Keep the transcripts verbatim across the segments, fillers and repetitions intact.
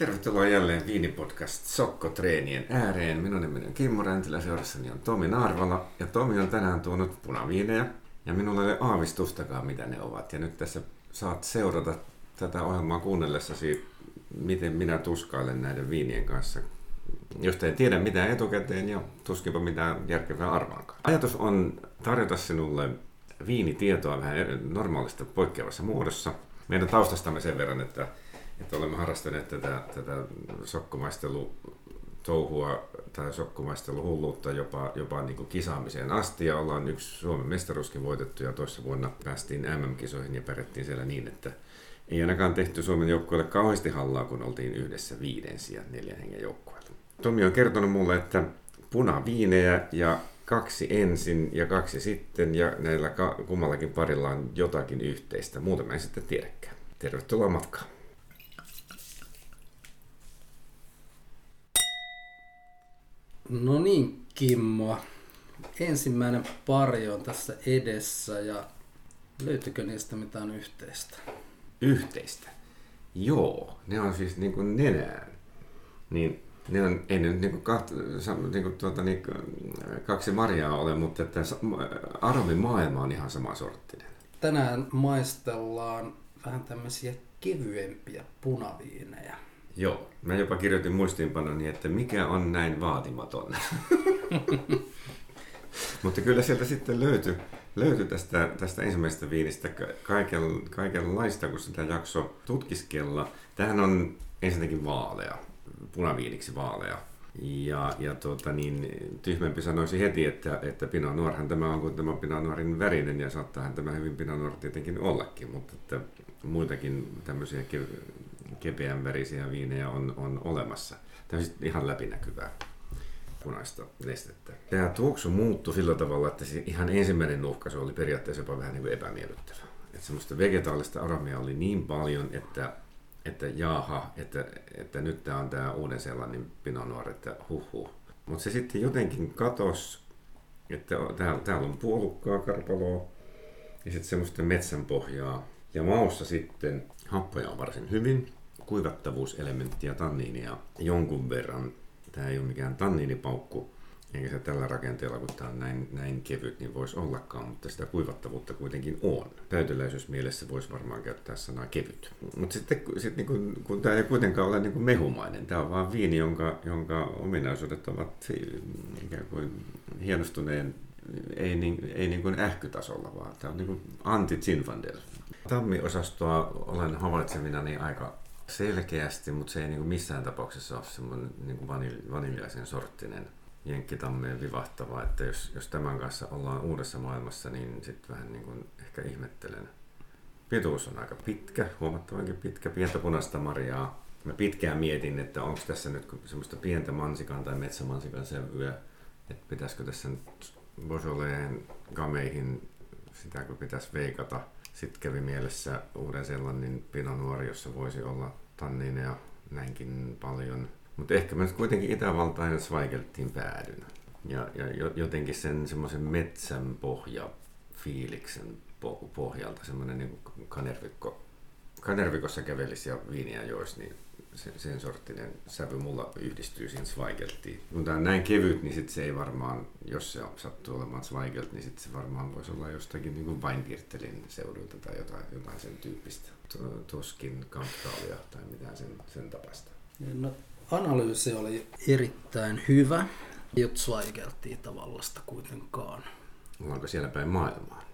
Tervetuloa jälleen Viinipodcast Sokko-treenien ääreen. Minun nimeni on Kimmo Räntilä, seurassani on Tomi Naarvala. Ja Tomi on tänään tuonut punaviinejä. Ja minulla ei ole aavistustakaan, mitä ne ovat. Ja nyt tässä saat seurata tätä ohjelmaa kuunnellessasi, miten minä tuskailen näiden viinien kanssa. Jos ei tiedä mitään etukäteen ja tuskinpa mitään järkevää arvaankaan. Ajatus on tarjota sinulle viinitietoa vähän normaalista poikkeavassa muodossa. Meidän taustastamme sen verran, että että olemme harrastaneet tätä, tätä sokkomaistelutouhua tai sokkomaisteluhulluutta jopa, jopa niin kuin kisaamiseen asti. Ja ollaan yksi Suomen mestaruuskin voitettu ja toissa vuonna päästiin M M-kisoihin ja pärjättiin siellä niin, että ei ainakaan tehty Suomen joukkueelle kauheasti hallaa, kun oltiin yhdessä viiden sijaan neljän hengen joukkueella. Tomi on kertonut mulle, että punaviinejä ja kaksi ensin ja kaksi sitten ja näillä kummallakin parilla on jotakin yhteistä. Muuta mä en sitten tiedäkään. Tervetuloa matkaan. No niin, Kimmo. Ensimmäinen pari on tässä edessä ja löytyykö niistä mitään yhteistä? Yhteistä? Joo, ne on siis niin kuin nenään. Niin, ne on, ei ne nyt niin kuin kahta, niin kuin tuota, niin, kaksi marjaa ole, mutta että aromimaailma on ihan sama sorttinen. Tänään maistellaan vähän tämmöisiä kevyempiä punaviinejä. Joo, mä jopa kirjoitin muistiinpanoni, että mikä on näin vaatimaton. Mutta kyllä sieltä sitten löytyi, löytyi tästä, tästä ensimmäisestä viinistä kaiken, kaikenlaista, kun sitä jakso tutkiskella. Tämähän on ensinnäkin vaalea, punaviiniksi vaalea. Ja, ja tuota, niin, tyhmempi sanoisi heti, että, että Pinot Noirhan tämä on kuin tämä Pinot Noirin värinen, ja saattaahan tämä hyvin Pinot Noir tietenkin ollakin, mutta että muitakin tämmöisiä kepeän värisiä viinejä on, on olemassa. Tämä on ihan läpinäkyvää punaista nestettä. Tämä tuoksu muuttui sillä tavalla, että se ihan ensimmäinen nuhkaisu oli periaatteessa jopa vähän niin kuin epämiellyttävä. Että semmoista vegetaalista aromia oli niin paljon, että, että jaaha, että, että nyt tämä on tämä Uuden-Seelannin Pinot Noir, että huhhuh. Mutta se sitten jotenkin katosi, että täällä, täällä on puolukkaa, karpaloa ja sitten semmoista metsänpohjaa. Ja maussa sitten happoja on varsin hyvin, kuivattavuuselementtiä, tanniinia jonkun verran. Tämä ei ole mikään tanniinipaukku, eikä se tällä rakenteella, kun tämä on näin, näin kevyt, niin voisi ollakaan, mutta sitä kuivattavuutta kuitenkin on. Täyteläisyysmielessä voisi varmaan käyttää sanaa kevyt. Mutta sitten sit, niin kun, kun tämä ei kuitenkaan ole niin kuin mehumainen, tämä on vaan viini, jonka, jonka ominaisuudet ovat ikään kuin hienostuneen, ei, niin, ei niin kuin ähkytasolla, vaan tämä on niin kuin anti-Zinfandel. Tammiosastoa olen havaitsevinani aika selkeästi, mutta se ei niin kuin missään tapauksessa ole semmoinen niin kuin vanil- vaniljaisen sorttinen jenkkitammeen vivahtava, että jos, jos tämän kanssa ollaan uudessa maailmassa, niin sitten vähän niin kuin ehkä ihmettelen. Pituus on aika pitkä, huomattavankin pitkä, pientä punaista marjaa. Mä pitkään mietin, että onko tässä nyt semmoista pientä mansikan tai metsämansikan sävyä, että pitäisikö tässä nyt Beaujolaisin gameihin sitä, kun pitäisi veikata. Sitten kävi mielessä Uuden-Seelannin Pinot Noir, jossa voisi olla tanniineja näinkin paljon. Mutta ehkä mä nyt kuitenkin Itävaltaan ja Zweigeltiin päädyn. Ja, ja jotenkin sen semmoisen metsän pohja fiiliksen pohjalta semmoinen niin kuin kanervikko, kanervikossa kävelisi ja viiniä joisi, niin sen, sen sorttinen sävy mulla yhdistyy siihen Zweigeltiin. Kun tää on näin kevyt, niin sit se ei varmaan, jos se sattuu olemaan Zweigelt, niin sit se varmaan voisi olla jostakin niin kuin Weinviertelin seudulta tai jotain, jotain sen tyyppistä. Toskin Kamptaalia tai mitään sen, sen tapasta. No, analyysi oli erittäin hyvä. Ei ole Zweigeltia tavallasta kuitenkaan. Onko siellä päin maailmaa?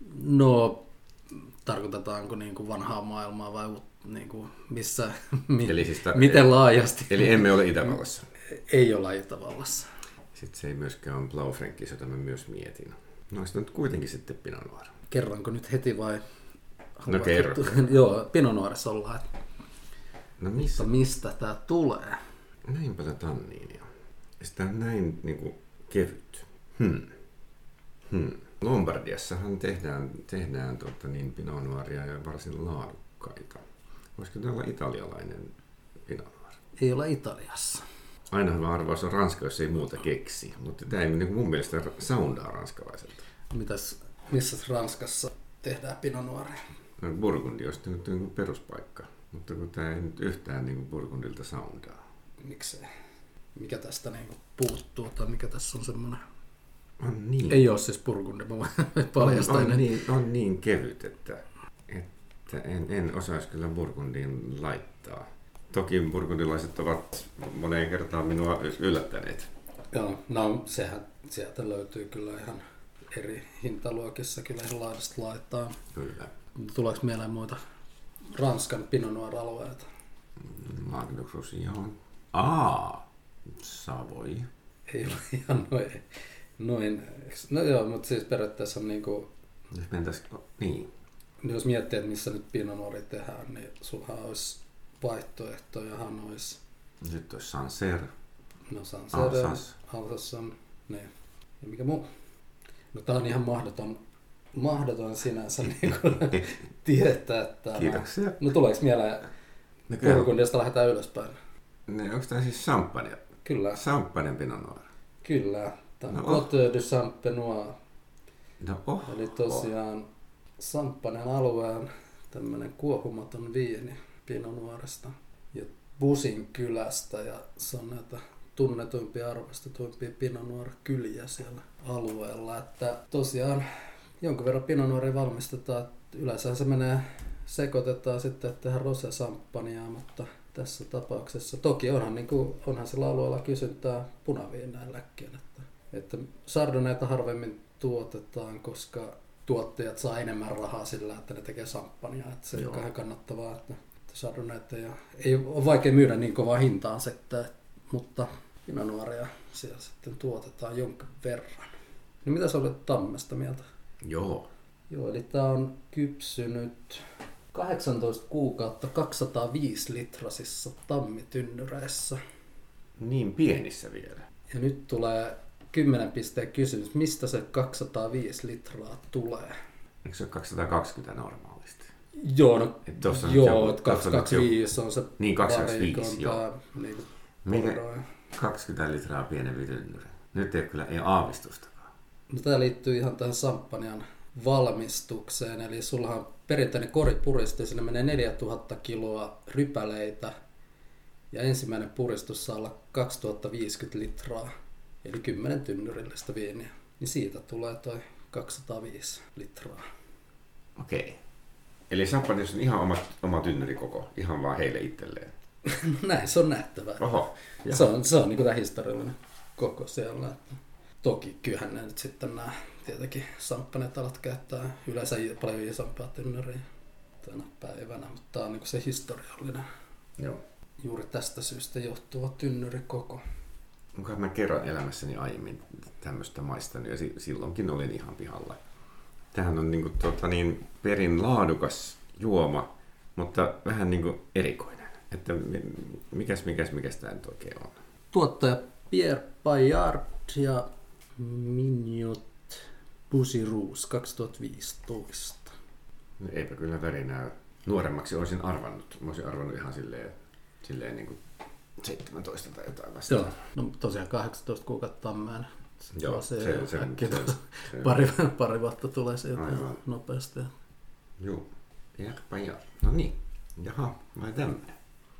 No, tarkoitetaanko niin kuin vanhaa maailmaa vai niin kuin missä, mi, eli siis ta- miten laajasti? Eli emme ole Itävallassa? Ei ole Itävallassa. Sitten se ei myöskään ole Blaufränkis, jota mä myös mietin. No sitten nyt kuitenkin sitten Pinot Noir. Kerronko nyt heti vai? No kerro. Joo, Pinot Noirissa ollaan. No missä? Mutta mistä tää tulee? Näin paljon tanniinia. Sitä on näin niin kuin kevyt. Hmm. Hmm. Lombardiassahan tehdään, tehdään tuota, niin Pinot Noiria ja varsin laadukkaita. Voisiko tämä olla italialainen Pinot Noir? Ei ole Italiassa. Aina hyvä arvaus on Ranska, jos ei muuta keksi. Mutta tämä ei niin mun mielestä soundaa ranskalaiselta. Mitäs, missä Ranskassa tehdään Pinot Noiria? No, Burgundi olisi niin peruspaikka. Mutta kun tämä ei nyt yhtään niin Burgundilta soundaa. Miksei? Mikä tästä niin puuttuu tai mikä tässä on semmoinen? On niin. Ei ole siis Burgundi, mä paljastan. On, on, niin, on niin kevyt, että, että en, en osaisi kyllä Burgundiin laittaa. Toki burgundilaiset ovat moneen kertaan minua yllättäneet. Joo, no sehän sieltä löytyy kyllä ihan eri hintaluokissa, kyllä ihan laidasta laittaa. Kyllä. Tuleeko mieleen muita Ranskan Pinot Noir-alueita? Magnus Roussillon. Aa, Savoy. Ei ole ihan noin. noin. No joo, mutta siis periaatteessa on niinku... Jos mentäis, niin. Jos miettii, että missä nyt Pinot Noir tehdään, niin sulhan olisi vaihtoehtojahan olisi... Nyt olisi Sancerre. No Sancerre, Alsace on, niin. Ja mikä muu? No tää on ihan mahdoton, mahdoton sinänsä niin kuin tietää, että... Kiitoksia. No tuleeko mieleen, no, Burgundista lähdetään ylöspäin? Ne, onko tämä siis champagne? Kyllä. Champagne Pinot Noir. Kyllä. Tämä on no, Côte de Champenois. No oh. Eli tosiaan Champagnen alueen tämmönen kuohumaton viini Pinot Noirista. Ja Busin kylästä, ja se on näitä tunnetuimpia, arvostetuimpia Pinot Noir-kyliä siellä alueella. Että tosiaan jonkun verran Pinot Noiria valmistetaan. Yleensä se menee, sekoitetaan sitten, että tehdään rosé-champagnea, mutta tässä tapauksessa toki onhan, niin kuin, onhan sillä alueella kysyntää punaviineilläkin. Että, että Chardonnayta harvemmin tuotetaan, koska tuottajat saa enemmän rahaa sillä, että ne tekee champagnea. Että se on vähän kannattavaa, että Chardonnayta ei, ei ole vaikea myydä niin kovaa hintaan sitten, mutta Pinot Noiria siellä sitten tuotetaan jonkin verran. No mitä sä olet tammesta mieltä? Joo. Joo, eli tää on kypsynyt kahdeksantoista kuukautta kaksisataaviisi litrasissa tammitynnyreissä. Niin pienissä vielä. Ja nyt tulee kymmenen pisteen kysymys, mistä se kaksisataaviisi litraa tulee? Eikö se ole kaksisataakaksikymmentä normaalisti? Joo, no, joo, että kaksisataakaksikymmentäviisi on se. Niin, kaksisataakaksikymmentäviisi, joo. Niin mikä kaksikymmentä litraa pienen tynnyri? Nyt ei ole kyllä ei aavistustakaan. No, tämä liittyy ihan tähän champagnen valmistukseen, eli sulla on perinteinen koripuristu, sinne menee neljätuhatta kiloa rypäleitä, ja ensimmäinen puristus saa olla kaksituhattaviisikymmentä litraa, eli kymmenen tynnyrillistä viiniä. Niin siitä tulee toi kaksisataaviisi litraa. Okei. Eli champagne on ihan oma, oma tynnyrikoko, ihan vaan heille itselleen. Näin se on nähtävää. Oho. Se on, se on niin kuin tämä historiallinen koko siellä. Että toki kyllähän ne nyt sitten nämä tietenkin champagne-talat käyttää yleensä paljon isompaa tynnyriä tänä päivänä, mutta tämä on niin kuin se historiallinen. Joo. Juuri tästä syystä johtuva tynnyrikoko. Onkohan mä kerran elämässäni aiemmin tämmöistä maistanut ja silloinkin olin ihan pihalla. Tämähän on niin kuin, tuota, niin, perin laadukas juoma, mutta vähän niin kuin erikoinen. Että mikäs, mikäs, mikäs tämä nyt oikein on? Tuottaja Pierre Paillard ja Mignot Busirousse kaksituhattaviisitoista. Eipä kyllä värinää. Nuoremmaksi olisin arvannut. Mä olisin arvannut ihan silleen, silleen niin kuin seitsemäntoista tai jotain vasta. Joo, no tosiaan kahdeksantoista kuukautta tammeen. Joo, se, se, se, se, se pari, pari vuotta tulee sieltä nopeasti. Joo, Pierre Paillard. No niin, jaha, vai tämmöinen.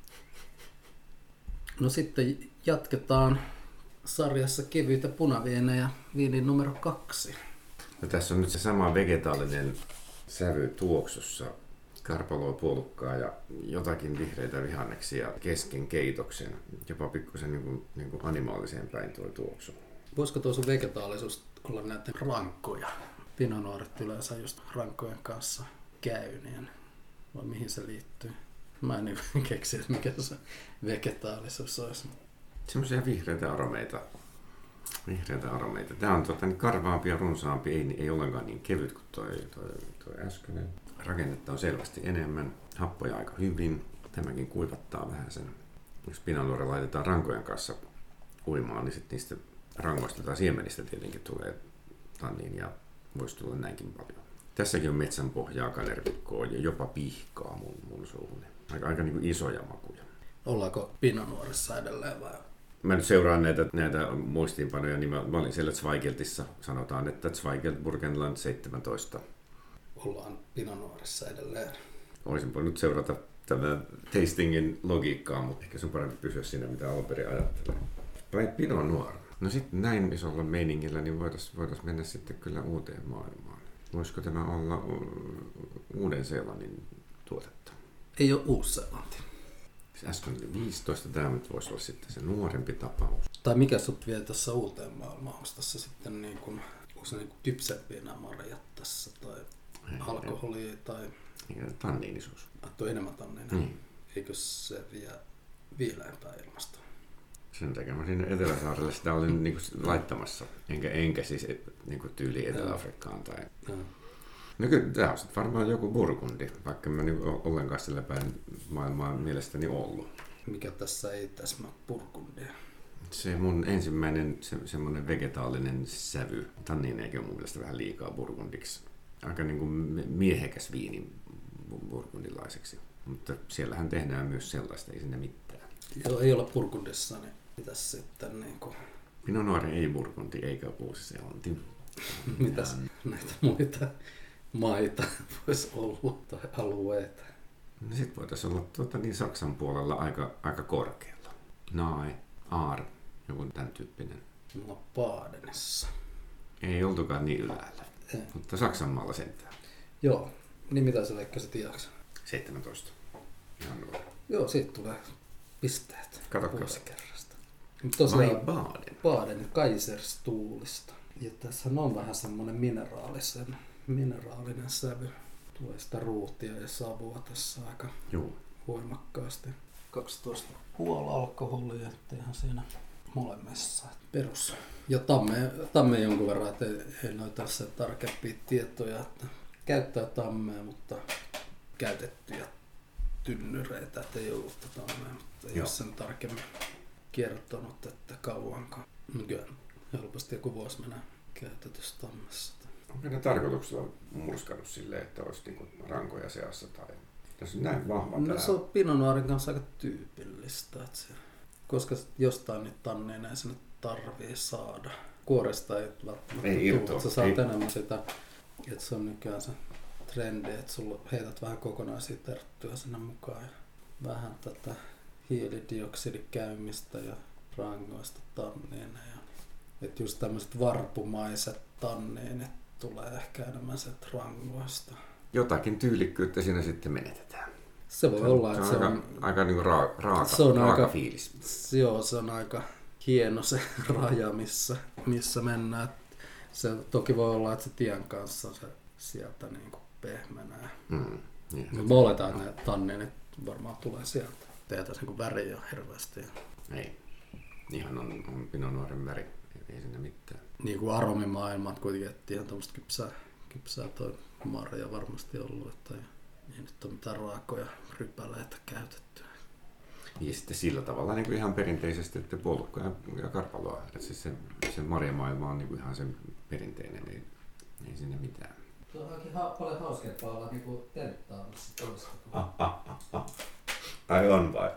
No sitten jatketaan sarjassa kevyitä punaviinejä, viinin numero kaksi. No, tässä on nyt se sama vegetaalinen sävy tuoksussa. Karpaloa, puolukkaa ja jotakin vihreitä vihanneksia kesken keitoksen. Jopa pikkusen niin kuin, niin kuin animaaliseen päin tuo tuoksu. Voisiko tuo sun vegetaalisuus olla näitä rankkoja? Pinot Noirit yleensä just rankkojen kanssa käy, niin vai mihin se liittyy? Mä en niin keksi, että mikä se vegetaalisuus olisi. Semmoisia vihreitä aromeita. Vihreitä aromeita. Tämä on tota, niin karvaampi ja runsaampi, ei, ei ollenkaan niin kevyt kuin toi, toi, toi äskeinen. Rakennetta on selvästi enemmän, happoja aika hyvin. Tämäkin kuivattaa vähän sen. Jos Pinot Noir laitetaan rankojen kanssa uimaan, niin sitten niistä rangoista tai siemenistä tietenkin tulee tanniin ja voisi tulla näinkin paljon. Tässäkin on metsän pohjaa, kanervikkoa ja jopa pihkaa mun, mun suuhun. Aika, aika niin kuin isoja makuja. Ollaanko Pinot Noirissa edelleen vai? Mä nyt seuraan näitä, näitä muistiinpanoja, niin mä, mä olin siellä Zweigeltissa. Sanotaan, että Zweigelt Burgenland seitsemäntoista. Ollaan Pinot Noirissa edelleen. Olisin voinut seurata tämä tastingin logiikkaa, mutta ehkä se on parempi pysyä siinä, mitä alun perin ajattelee. Vai Pinot Noir? No sitten näin isolla meiningillä, niin voitaisiin voitais mennä sitten kyllä uuteen maailmaan. Voisiko tämä olla Uuden-Seelannin tuotetta? Ei ole Uusi-Seelanti. Äsken oli viisitoista, tämä nyt voisi olla sitten se nuorempi tapaus. Tai mikä sut vie tässä uuteen maailmaan? Onko tässä sitten niin kuin, onko se niin kuin kypsempiä nämä marjat tässä, tai alkoholia, tai... Tanniinisuus. Tuo enemmän tanniina. Mm. Eikö se vie viileämpää ilmastoa? Sen takia mä siinä Etelä-Saarelle sitä olin niinku laittamassa, enkä, enkä siis niinku tyyli Etelä-Afrikkaan. Tai... Mm. No kyllä tämä on sitten varmaan joku burgundi, vaikka mä niinku ollenkaan sillä päin maailmaa mielestäni ollut. Mikä tässä ei täsmää burgundia? Se mun ensimmäinen se, semmoinen vegetaalinen sävy. Tanniineekin on mun mielestä vähän liikaa burgundiksi. Aika niinku miehekäs viini burgundilaiseksi. Mutta siellähän tehdään myös sellaista, ei sinne mitään. Joo, ei olla Burgundissa, niin mitäs sitten niinku... Pinot Noir ei burgundi eikä Uusi-Seelanti. Mitäs näitä muita maita voisi olla tai alueita? No sit voitaisiin olla tuota, niin Saksan puolella aika, aika korkealla. Nae, Aar, joku tämän tyyppinen. Me ollaan Badenissa. Ei oltukaan niin ylhäällä, ei. Mutta Saksan maalla sentään. Joo, niin mitä sä veikkasit iäksi? seitsemäntoista. Ihan nuori. Joo, siitä tulee pisteet vuosikerrasta. Tosiaan Baden. Baden Kaiserstuhlista. Ja tässä on vähän semmoinen mineraalisen, mineraalinen sävy. Tulee sitä ruutia ja savua tässä aika Joo. voimakkaasti. kaksitoista pilkku viisi alkoholia, etteihän siinä molemmissa. Perus. Ja tamme, tamme jonkun verran, että ei, ei noita se tarkempia tietoja, että käyttää tammea, mutta käytettyjä tynnyreitä, että ei ole uutta tammea, mutta ei Joo. ole sen tarkemmin kertonut, että kauanko. Kyllä helposti joku vuosi mennä käytetyssä tammessa. Onko ne tarkoituksella murskannut silleen, että olisi niinku rankoja seassa tai tässä on näin vahva no, tää? Se on Pinot Noirin kanssa aika tyypillistä, että se, koska jostain niitä tanneja ei sinne tarvii saada. Kuoresta ei välttämättä ei tule, sä saat ei. enemmän sitä, että se on nykyään se trendi, että sulla heität vähän kokonaisia terttyjä sinne mukaan ja vähän tätä hiilidioksidikäymistä ja rangoista tanniina. Että just tämmöiset varpumaiset tanniinit tulee ehkä enemmän sieltä rangoista. Jotakin tyylikkyyttä siinä sitten menetetään. Se voi se olla, että se on... Aika, aika niinku ra- raaka, se on raaka aika, fiilis. Joo, se on aika hieno se raja, missä, missä mennään. Se toki voi olla, että se tien kanssa se sieltä niinku pehmenee. Mm, niin, me oletaan, että ne tanniinit varmaan tulee sieltä. Tehdään niinku väriä hirveästi. Ei. Ihan on, on Pinot Noirin väri. Ei sinne mitään. Niin kuin aromimaailmat kuitenkin, että ihan tuommoista kypsää, kypsää toi marja varmasti ollut, että ei nyt ole mitään raakoja rypäleitä käytetty. Ja sitten sillä tavalla niin kuin ihan perinteisesti, että puolukka ja, ja karpaloa. Että siis se, se marjamaailma on niin kuin ihan se perinteinen, ei, ei sinne mitään. Tuo on oikein ha- paljon hauskempaa olla niin kuin tenttaamassa toista. Ai on vai?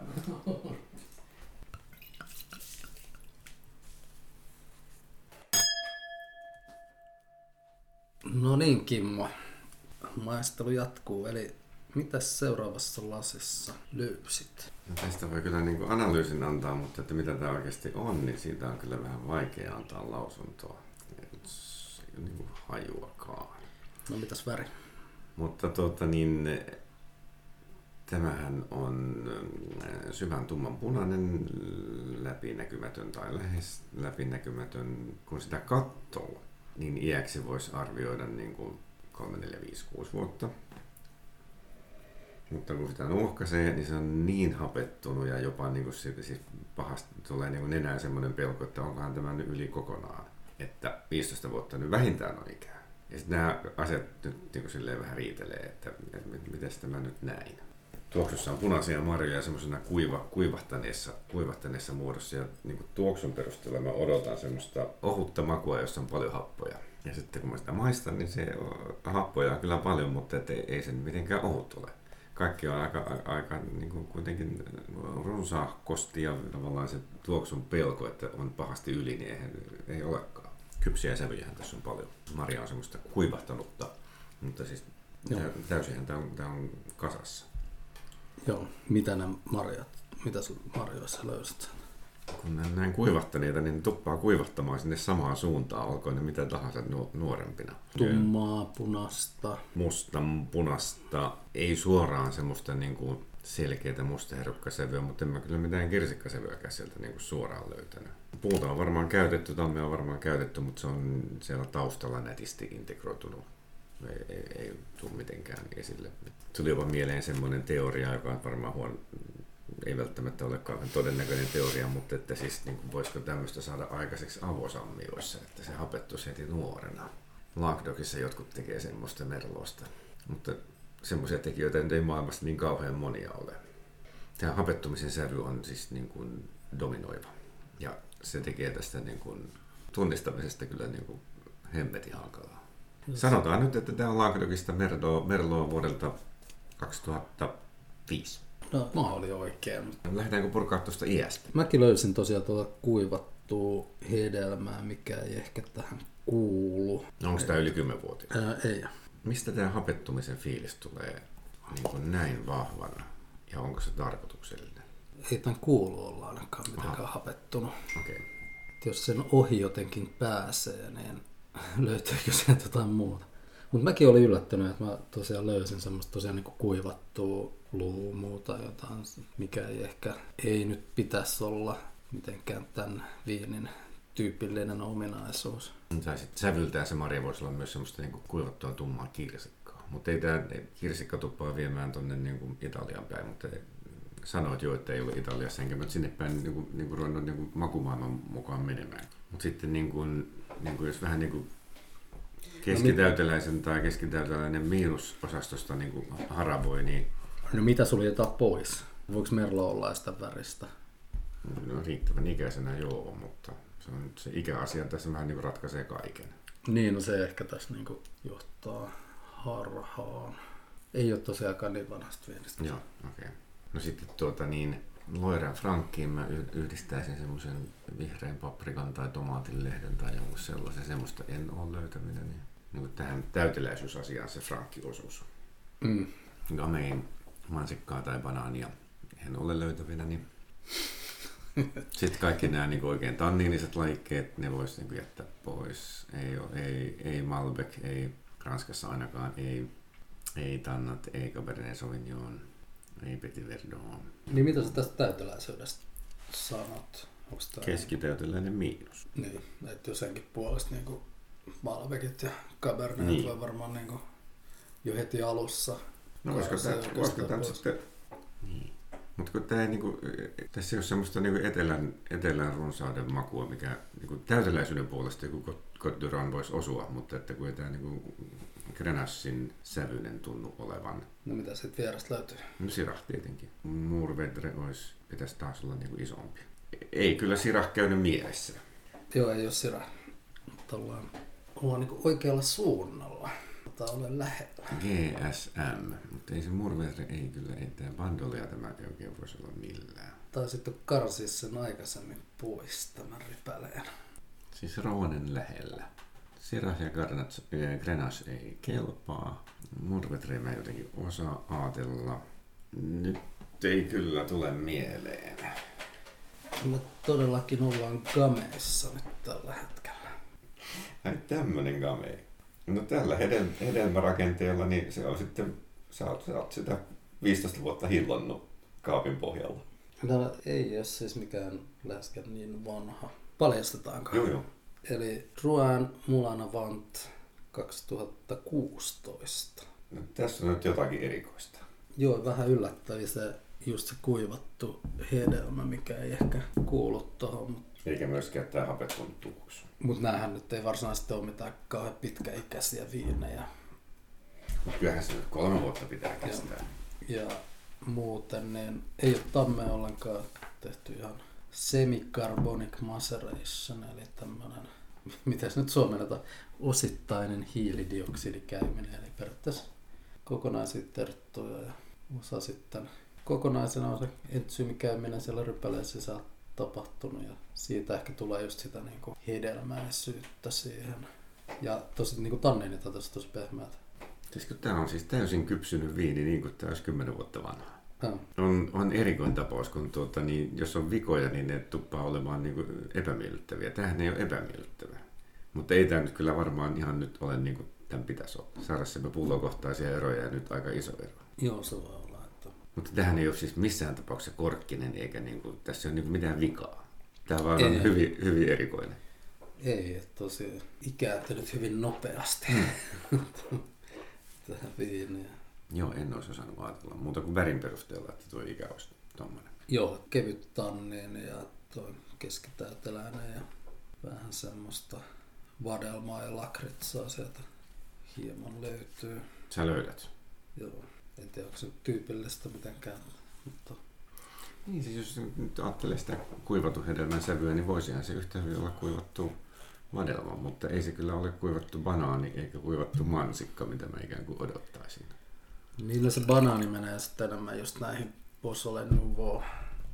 No niin, Kimmo. Maistelu jatkuu. Eli mitäs seuraavassa lasissa löysit? No tästä voi kyllä niin kuin analyysin antaa, mutta että mitä tämä oikeasti on, niin siitä on kyllä vähän vaikea antaa lausuntoa. Se ei ole niin kuin hajuakaan. No mitäs väri? Mutta tuota niin, tämähän on syvän tumman punainen, läpinäkymätön tai lähes läpinäkymätön, kun sitä katsoo. Niin iäksi voisi arvioida niin kuin kolme, neljä, viisi, kuusi vuotta. Mutta kun sitä nuuhkaisee, niin se on niin hapettunut ja jopa niin kuin siitä, siis pahasti tulee niin kuin nenään semmoinen pelko, että onkohan tämä nyt yli kokonaan. Että viisitoista vuotta nyt vähintään on ikää. Ja sitten nämä asiat nyt niin kuin silleen vähän riitelee, että, että miten tämä nyt näin. Tuoksussa on punaisia marjoja semmoisena kuiva, kuivahtaneessa, kuivahtaneessa muodossa ja niin kuin tuoksun perusteella mä odotan semmoista ohutta makua, jossa on paljon happoja. Ja sitten kun mä sitä maistan, niin se happoja on kyllä paljon, mutta ei, ei se mitenkään ohut ole. Kaikki on aika, aika niin kuin kuitenkin runsaahkosti ja tavallaan se tuoksun pelko, että on pahasti yli, niin ei, ei olekaan. Kypsiä sävyjähän tässä on paljon. Marja on semmoista kuivahtanutta, mutta siis täysinhän tämä on, tämä on kasassa. Joo, mitä ne marjat, mitä marjoissa löysit? Kun ne näin kuivahtaneita, niin ne tuppaa kuivahtamaan sinne samaan suuntaan, olkoon ne mitä tahansa nuorempina. Tummaa, punasta. Musta, punasta, ei suoraan semmoista niin kuin selkeää mustaherukkasävyä, mutta en mä kyllä mitään kirsikkasävyäkään sieltä niin kuin suoraan löytänyt. Puuta on varmaan käytetty, tammea on varmaan käytetty, mutta se on siellä taustalla nätisti integroitunut. Ei, ei, ei tule mitenkään esille. Tuli jopa mieleen semmoinen teoria, joka on varmaan huono, ei välttämättä ole kauhean todennäköinen teoria, mutta että siis niin kuin, voisiko tämmöistä saada aikaiseksi avosammioissa, että se hapettuisi heti nuorena. Languedocissa jotkut tekee semmoista merlosta, mutta semmoisia tekijöitä ei maailmassa niin kauhean monia ole. Tämä hapettumisen sävy on siis niin kuin dominoiva ja se tekee tästä niin kuin tunnistamisesta kyllä niin kuin hemmetin hankalaa. Sanotaan nyt, että tämä on Languedocista Merlot, Merlot vuodelta kaksituhattaviisi. No, mä olin oikein. Lähdetäänkö purkaa tuosta iästä? Mäkin löysin tosiaan tuota kuivattua hedelmää, mikä ei ehkä tähän kuulu. No, onko tämä yli kymmenvuotias? Ää, ei. Mistä tämä hapettumisen fiilis tulee niin kuin näin vahvana ja onko se tarkoituksellinen? Ei tämän kuulu olla ainakaan mitenkään hapettunut. Okay. Jos sen ohi jotenkin pääsee, niin löytyykö sieltä jotain muuta. Mutta mäkin olin yllättynyt, että mä tosiaan löysin semmoista tosiaan niin kuin kuivattua luumua tai jotain, mikä ei ehkä ei nyt pitäisi olla mitenkään tämän viinin tyypillinen ominaisuus. Tai sitten sävyltään se marja voisi olla myös semmoista niin kuin kuivattua tummaa kirsikkaa. Mutta ei tämä kirsikka tuppaa viemään tuonne niin kuin Italian päin, mutta sanoit jo, että ei ole Italiassa, enkä mä sinne päin niin kuin, niin kuin ruvennut niin kuin makumaailman mukaan menemään. Mutta sitten niin kuin, niin kuin jos vähän niin kuin keskitäyteläisen tai keskitäyteläinen miinusosastosta niin kuin haravoi, niin... No mitä suljetaan pois? Voiko Merlot olla sitä väristä? No riittävän ikäisenä joo, mutta se, on, se ikäasia tässä vähän niin kuin ratkaisee kaiken. Niin, no se ehkä tässä niin kuin johtaa harhaan. Ei ole tosiaankaan niin vanhasta viinistä. Joo, okei. Okay. No sitten tuota niin, Loire Franckiin mä yhdistäisin semmoisen vihreän paprikan tai tomaatinlehden tai jonkun sellaisen. Semmoista en ole löytänyt. Niin, niin tähän täyteläisyysasiaan se Frankki-osuus. Mm. Gamein mansikkaa tai banaania en ole löytävinä. Niin. Sitten kaikki nämä niin oikein tanniiniset lajikkeet, ne voisi niin jättää pois. Ei, ole, ei, ei Malbec, ei Ranskassa ainakaan, ei, ei Tannat, ei Cabernet Sauvignon. Ei Petit Verdon. Niin mitä sä tästä täyteläisyydestä sanot? Keskitäyteläinen miinus. Niin, että jo senkin puolesta niin Malbecit ja Cabernet niin. Tulee varmaan niin jo heti alussa. No koska tämä sitten... Niin. Mutta kun tämä ei, niinku, tässä ei ole semmoista niinku etelän, etelän runsauden makua, mikä niinku, täyteläisyyden puolesta joku Côte d'Ivoire voisi osua, mutta että kun ei tämä niinku, Grenassin sävyinen tunnu olevan. No mitä sitten vierestä löytyy? No Syrah tietenkin. Mourvèdre olisi, pitäisi taas olla niinku isompi. Ei kyllä Syrah käynyt mielessä. Joo, ei ole Syrah. Mutta ollaan, ollaan niinku oikealla suunnalla. Tai olen lähellä. G S M, mutta ei se Mourvèdre, ei kyllä, ei tämä Bandolia tämä oikein voisi olla millään. Tai sitten karsia sen aikaisemmin pois tämän rypäleen. Siis Roonen lähellä. Syrah ja Grenache ei kelpaa. Mourvèdre mä jotenkin osaa ajatella. Nyt ei kyllä tule mieleen. Me todellakin ollaan gameissa nyt tällä hetkellä. Ai tämmönen game. No tällä hedel- hedelmärakenteella niin se on sitten, sä oot, sä oot sitä viisitoista vuotta hillannut kaapin pohjalla. No ei ole siis mikään läheskään niin vanha. Paljastetaanko? Joo joo. Eli Drouhin Moulin à Vente kaksituhattakuusitoista. No, tässä on nyt jotakin erikoista. Joo, vähän yllättävi se just se kuivattu hedelmä, mikä ei ehkä kuulu tuohon. Mutta... Eikä myöskään tämä hapettunut tuhus. Mutta näähän nyt ei varsinaisesti ole mitään kauhean pitkäikäisiä viinejä. Mutta kyllähän se nyt kolme vuotta pitää kestää. Ja, ja muuten niin ei ole tammea ollenkaan tehty ihan semi-carbonic maceration, eli tämmöinen, mitäs nyt suomennetaan, osittainen hiilidioksidikäyminen, eli periaatteessa kokonaisia terttuja ja osa sitten kokonaisena on se entsyymikäyminen siellä rypäleen sisällä tapahtunut ja siitä ehkä tulee just sitä niin kuin hedelmäisyyttä siihen. Ja tosi niin kuin tanniinit on tosi, tosi pehmeät. Siis kun tämä on siis täysin kypsynyt viini niin kuin tämä olisi kymmenen vuotta vanha. Oh. On, on erikoinen tapaus, kun tuota, niin, jos on vikoja, niin ne tuppaa olemaan niin kuin epämiellyttäviä. Tämähän ei ole epämiellyttävä. Mutta ei tämä nyt kyllä varmaan ihan nyt ole niin kuin tämän pitäisi olla. Sairassamme pullokohtaisia eroja ja nyt aika iso ero. Joo, se voi olla. Että... Mutta tämähän ei ole siis missään tapauksessa korkkinen, eikä niin kuin, tässä ei ole niin kuin mitään vikaa. Tämä vaan ei, on hyvin, hyvin erikoinen. Ei, tosi ikääntynyt hyvin nopeasti Hmm. tähän viiniä. Joo, en olisi osannut ajatella muuta kuin värin perusteella, että tuo ikä olisi tommoinen. Joo, kevyt tanniini ja tuo keskitäyteläinen ja vähän semmoista vadelmaa ja lakritsaa sieltä hieman löytyy. Sä löydät? Joo, en tiedä onko se tyypillistä mitenkään, mutta... Niin siis jos nyt ajattelee sitä kuivatun hedelmän sävyä, niin voisihan se yhtä hyvin olla kuivattu vadelma, mutta ei se kyllä ole kuivattu banaani eikä kuivattu mansikka, mitä mä ikään kuin odottaisin. Niillä se banaani menee sitten enemmän just näihin Beaujolais Nouveau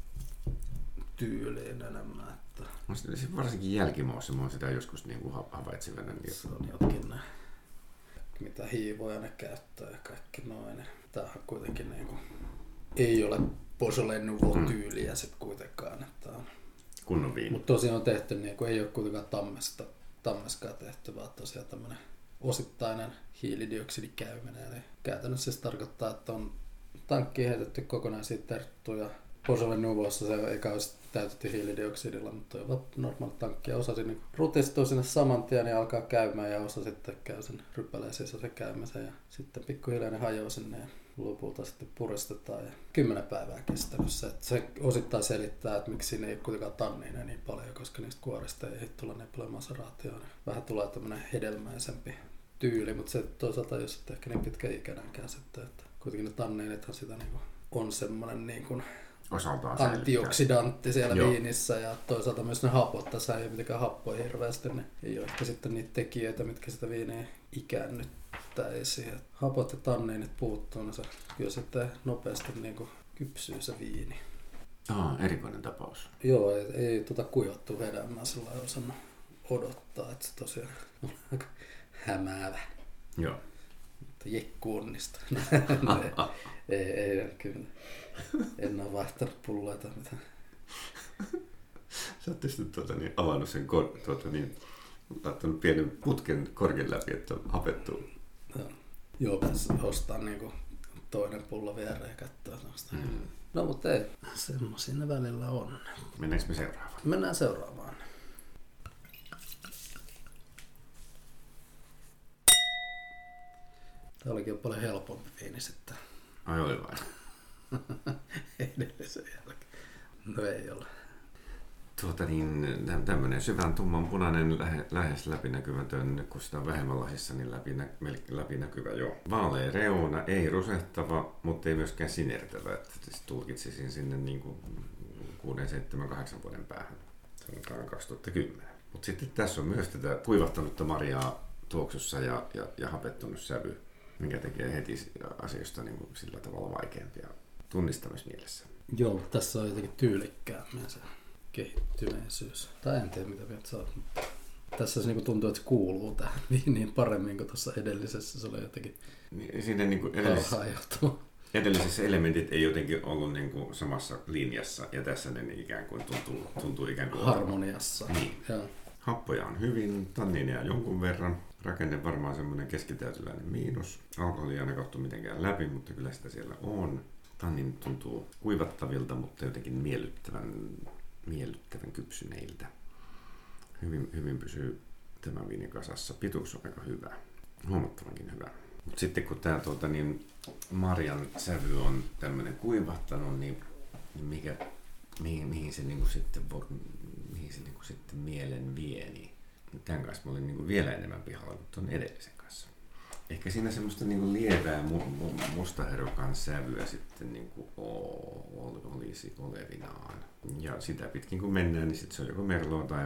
tyyliin enemmän. Että varsinkin jälkimaussa mä oon sitä joskus niin kuin havaitsevänä. Niin se on jotkin ne, mitä hiivoja ne käyttää ja kaikki noin. Tämähän kuitenkin niin kuin, ei ole Beaujolais Nouveau tyyliä sit kuitenkaan. Että on. Kunnon viini. Mutta tosiaan on tehty, niin kuin, ei ole kuitenkaan tammesta, tammeskaan tehty, vaan tosiaan tämmöinen osittainen hiilidioksidikäyminen. Eli käytännössä se tarkoittaa, että on tankkiin heitetty kokonaisia terttuja. Beaujolais Nouveaussa se ei kauheasti täytetty hiilidioksidilla, mutta on vaan normaali tankki. Ja osa sinne rutistuu sinne saman tien ja alkaa käymään ja osa sitten käy sen rypäleen sisäisen käymäsen. Ja sitten pikkuhiljaa ne hajoaa sinne ja lopulta sitten puristetaan. Ja kymmenen päivää kestänyt se. Että se osittain selittää, että miksi siinä ei ole kuitenkaan tanniineja niin paljon, koska niistä kuorista ei tule niin paljon maseraatioon. Vähän tulee tämmöinen hedelmäisempi tyyli, mutta se toisaalta ei ole sitten ehkä niin pitkä ikänäänkään sitten. Että kuitenkin ne tanniinithan sitä niin kuin on semmoinen niin kuin antioksidantti siellä Joo. viinissä ja toisaalta myös ne hapot. Tässä ei ole mitenkään happoja hirveästi, niin ei ole ehkä sitten niitä tekijöitä, mitkä sitä viiniä ikäännyttäisi. Hapot ja tanniinit puuttuu, niin se kyllä sitten nopeasti niin kuin kypsyy se viini. Ah, erikoinen tapaus. Joo, ei, ei tuota kuivattua hedelmää sellainen osannut odottaa, että se tosiaan on aika hämäävä. Joo. Mutta jekkuunnista. ei, ei, ei, kyllä. En ole vaihtanut pulloita mitään. Sä oot tietysti tuota, niin, avannut sen kor, tuota, niin, laittanut pienen putken korkin läpi, että hapettuu. Joo, Joo pitäisi ostaa niin kuin toinen pullo viereen ja katsoa tuosta. Mm. No mutta ei, semmoisia ne välillä on. Mennäänkö me seuraavaan? Mennään seuraavaan. Tämä olikin paljon helpompi viini sitten. Ai oli vain. Edellisen jälkeen. No ei ole. Tuota niin, tämmöinen syvän tumman punainen, lähe, lähes läpinäkymätön, kun sitä on vähemmän lasissa, niin läpinä, läpinäkyvä jo. Vaalea reuna, ei rusehtava, mutta ei myöskään sinertävä. Että siis tulkitsisin sinne niin kuin kuusi, seitsemän, kahdeksan vuoden päähän. Se on kaksituhattakymmenen. Mutta sitten tässä on myös tätä kuivahtanutta marjaa tuoksussa ja, ja, ja hapettunut sävy, mikä tekee heti asioista niin kuin sillä tavalla vaikeampia tunnistamismielessä. Joo, tässä on jotenkin tyylikkäämmin se kehittyneisyys. Tai en tiedä mitä mieltä sä oot, mutta tässä se niin tuntuu, että se kuuluu tähän viiniin paremmin kuin tuossa edellisessä. Se oli jotenkin siinä niin kuin edellisessä, edellisessä elementit ei jotenkin ollut niin kuin samassa linjassa ja tässä ne ikään kuin tuntuu, tuntuu ikään kuin harmoniassa. Niin. Happoja on hyvin, tanniineja jonkun verran. Rakenne varmaan semmoinen keskitäyteläinen miinus. Alkoholi ei aina kautta mitenkään läpi, mutta kyllä sitä siellä on. Tannin tuntuu kuivattavilta, mutta jotenkin miellyttävän, miellyttävän kypsyneiltä. Hyvin, hyvin pysyy tämä viini kasassa. Pituus on aika hyvä. Huomattavankin hyvä. Mutta sitten kun tämä tuota, niin marjan sävy on tämmöinen kuivahtanut, niin mikä, mihin, mihin se, niinku sitten, mihin se niinku sitten mielen vie, niin tämän kanssa mä olin niinku vielä enemmän pihalla kuin tuon edellisen kanssa. Ehkä siinä semmoista niinku lievää mu- mu- mustaherukan sävyä sitten niinku o- olisi olevinaan. Ja sitä pitkin kun mennään, niin sitten se on joko Merlot tai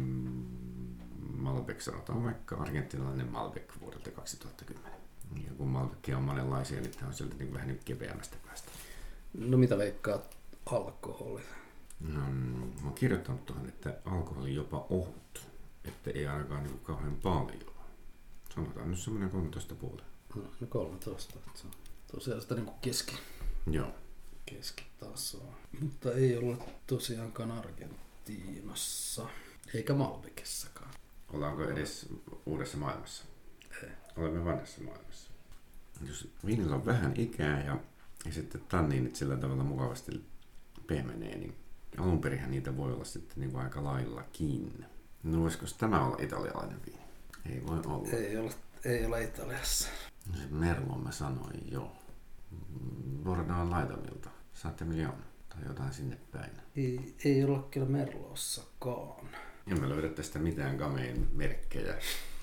Malbec, sanotaan vaikka argentinalainen Malbec vuodelta kaksituhattakymmenen. Ja kun Malbecia on monenlaisia, niin tämä on sieltä niinku vähän niin keveämmästä päästä. No mitä veikkaat alkoholi? No, mä oon kirjoittanut tuohon, että alkoholi jopa ohut. Että ei ainakaan niinku kauhean paljon. Sanotaan nyt semmoinen kolmetoista puoli. No kolmetoista. Se on tosiaan sitä niin kuin keski. Joo. keskitasoa. Mutta ei olla tosiaankaan Argentiinassa, eikä Malbikessakaan. Ollaanko edes uudessa maailmassa? Ei. Olemme vanhassa maailmassa. Jos viinillä on vähän ikää ja, ja sitten tanniinit sillä tavalla mukavasti pehmenee, niin alunperinhän niitä voi olla sitten niin kuin aika laillakin. No voisiko tämä olla italialainen viini? Ei voi olla. Ei ole, ei ole Italiassa. Merlot mä sanoin jo. Bordeaux laitamilta. Saatte miljoona tai jotain sinne päin. Ei, ei ole kyllä Merlossakaan. En mä löydä tästä mitään Gamein merkkejä.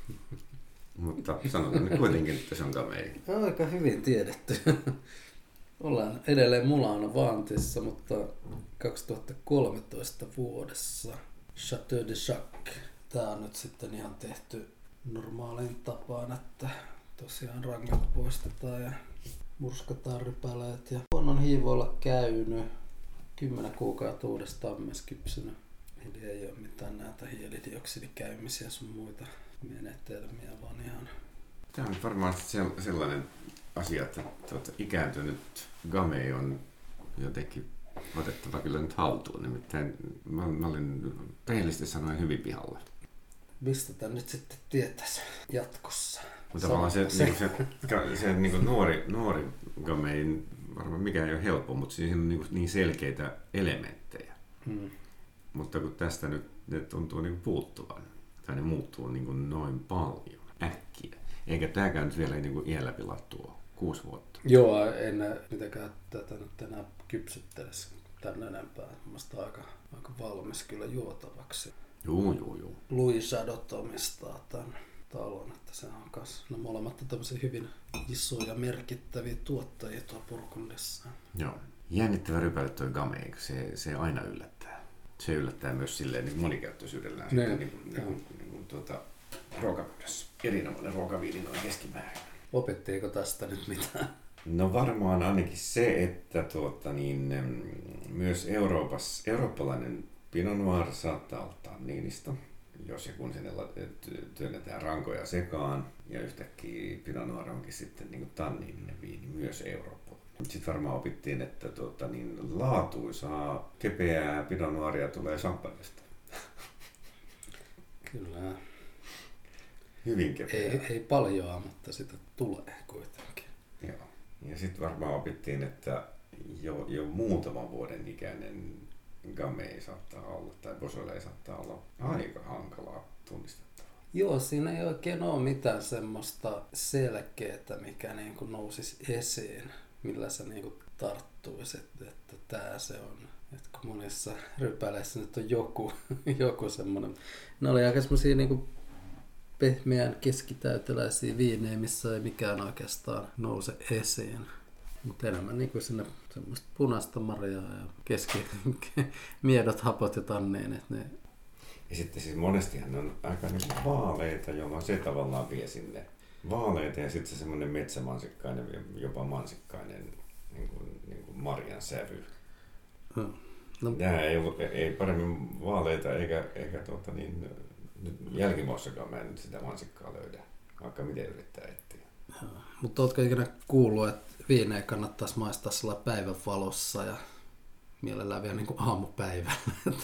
Mutta sanotaan nyt kuitenkin, että se on Gamay. Aika hyvin tiedetty. Ollaan edelleen Mulana Vantissa, mutta kaksituhattakolmetoista vuodessa Chateau de Jacques. Tää on nyt sitten ihan tehty normaalin tapaan, että tosiaan rangat poistetaan ja murskataan rypäleet. Ja luonnon hiivoilla käynyt, kymmenen kuukautta uudestaan myös kypsynyt. Eli ei ole mitään näitä hiilidioksidikäymisiä sun muita menetelmiä, vaan ihan... Tämä on varmaan sellainen asia, että tuota, ikääntynyt Gamay on jotenkin otettava kyllä nyt haltuun. Nimittäin mä, mä olin rehellisesti sanoen hyvin pihalla. Mistä tämän nyt sitten tietäisi jatkossa? Mutta tavallaan se, se, niin se, se, se niin kuin nuori, nuori Gamay, varmaan mikään ei ole helppo, mutta siinä on niin, niin selkeitä elementtejä. Hmm. Mutta kun tästä nyt ne tuntuu niin puuttuvan, tai ne muuttuu niin kuin noin paljon äkkiä. Eikä tämäkään nyt vielä niin kuin iällä pilattua kuusi vuotta. Joo, en mitenkään tätä nyt enää kypsyttelisi tänne enempää. Mielestäni aika, aika valmis kyllä juotavaksi. Joo, joo, joo. Louis Jadot omistaa tämän talon, että se on kas. No molemmat on tämmöisiä hyvin isoja merkittäviä tuottajia tuolla Burgundissa. Joo. Jännittävä rypäle toi Gamay, se, se aina yllättää. Se yllättää myös silleen niin monikäyttöisyydellään ne, sitten, niin kuin, niin kuin, niin kuin, tuota, ruokapöydässä. Erinomainen ruokaviini noin keskimäärin. Opettiiko tästä nyt mitään? No varmaan ainakin se, että tuota, niin, myös Euroopassa, eurooppalainen Pinot Noir saattaa olla tanniinista, jos ja kun sinne työnnetään rankoja sekaan. Ja yhtäkkiä Pinot Noir onkin sitten niin kuin tanniininen viini, myös eurooppalainen. Sitten varmaan opittiin, että tuota, niin laatuisaa kepeää Pinot Noiria tulee Champagnesta. Kyllä. Hyvin kepeää. Ei, ei paljoa, mutta sitä tulee kuitenkin. Joo. Ja sitten varmaan opittiin, että jo, jo muutaman vuoden ikäinen Gamay saattaa olla, tai Beaujolais saattaa olla aika hankalaa tunnistettavaa. Joo, siinä ei oikein ole mitään semmoista selkeää, mikä niin kuin nousisi esiin, millä se niin kuin tarttuisi, että, että tämä se on. Että kun monissa rypäleissä nyt on joku, joku semmoinen. Ne oli aika semmoisia niin kuin pehmeän keskitäyteläisiä viinejä, missä ei mikään oikeastaan nouse esiin. Mutta enemmän niin kuin sinne semmoista punaista marjaa ja keski miedot, hapot ja tanneenit. Ne... Ja sitten siis monestihan ne on aika niin vaaleita, jolloin se tavallaan vie sinne vaaleita ja sitten se semmoinen metsämansikkainen, jopa mansikkainen niin kuin, niin kuin marjan sävy. Hmm. No. Nämä ei, ei paremmin vaaleita eikä, eikä tuota niin, jälkimossakaan mä en nyt sitä mansikkaa löydä, vaikka miten yrittää etsiä. Mutta ootko ikinä kuullut, että viinejä kannattaisi maistaa sillä päivän valossa ja mielellään vielä niin kuin aamupäivällä.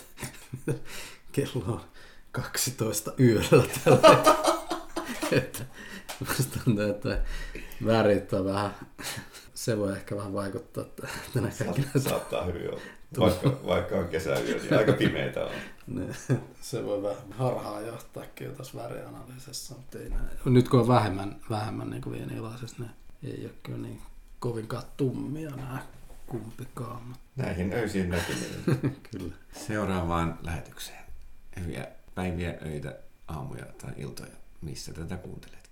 Kello on kaksitoista yöllä tällä. Että musta tuntuu, että värit on vähän, se voi ehkä vähän vaikuttaa tänä kaikkina. Saattaa hyvin olla. Vaikka, vaikka on kesäyö, niin aika pimeitä on. Ne, se voi vähän harhaa johtaakin tuossa värianalyysissa, mutta ei näin. Nyt kun on vähemmän, vähemmän niin viinilaisessa, ne ei ole kyllä niin kovinkaan tummia nämä kumpikaan. Mutta... Näihin öisiin näkyminen. Kyllä. Seuraavaan lähetykseen. Hyviä päiviä, öitä, aamuja tai iltoja, missä tätä kuuntelet.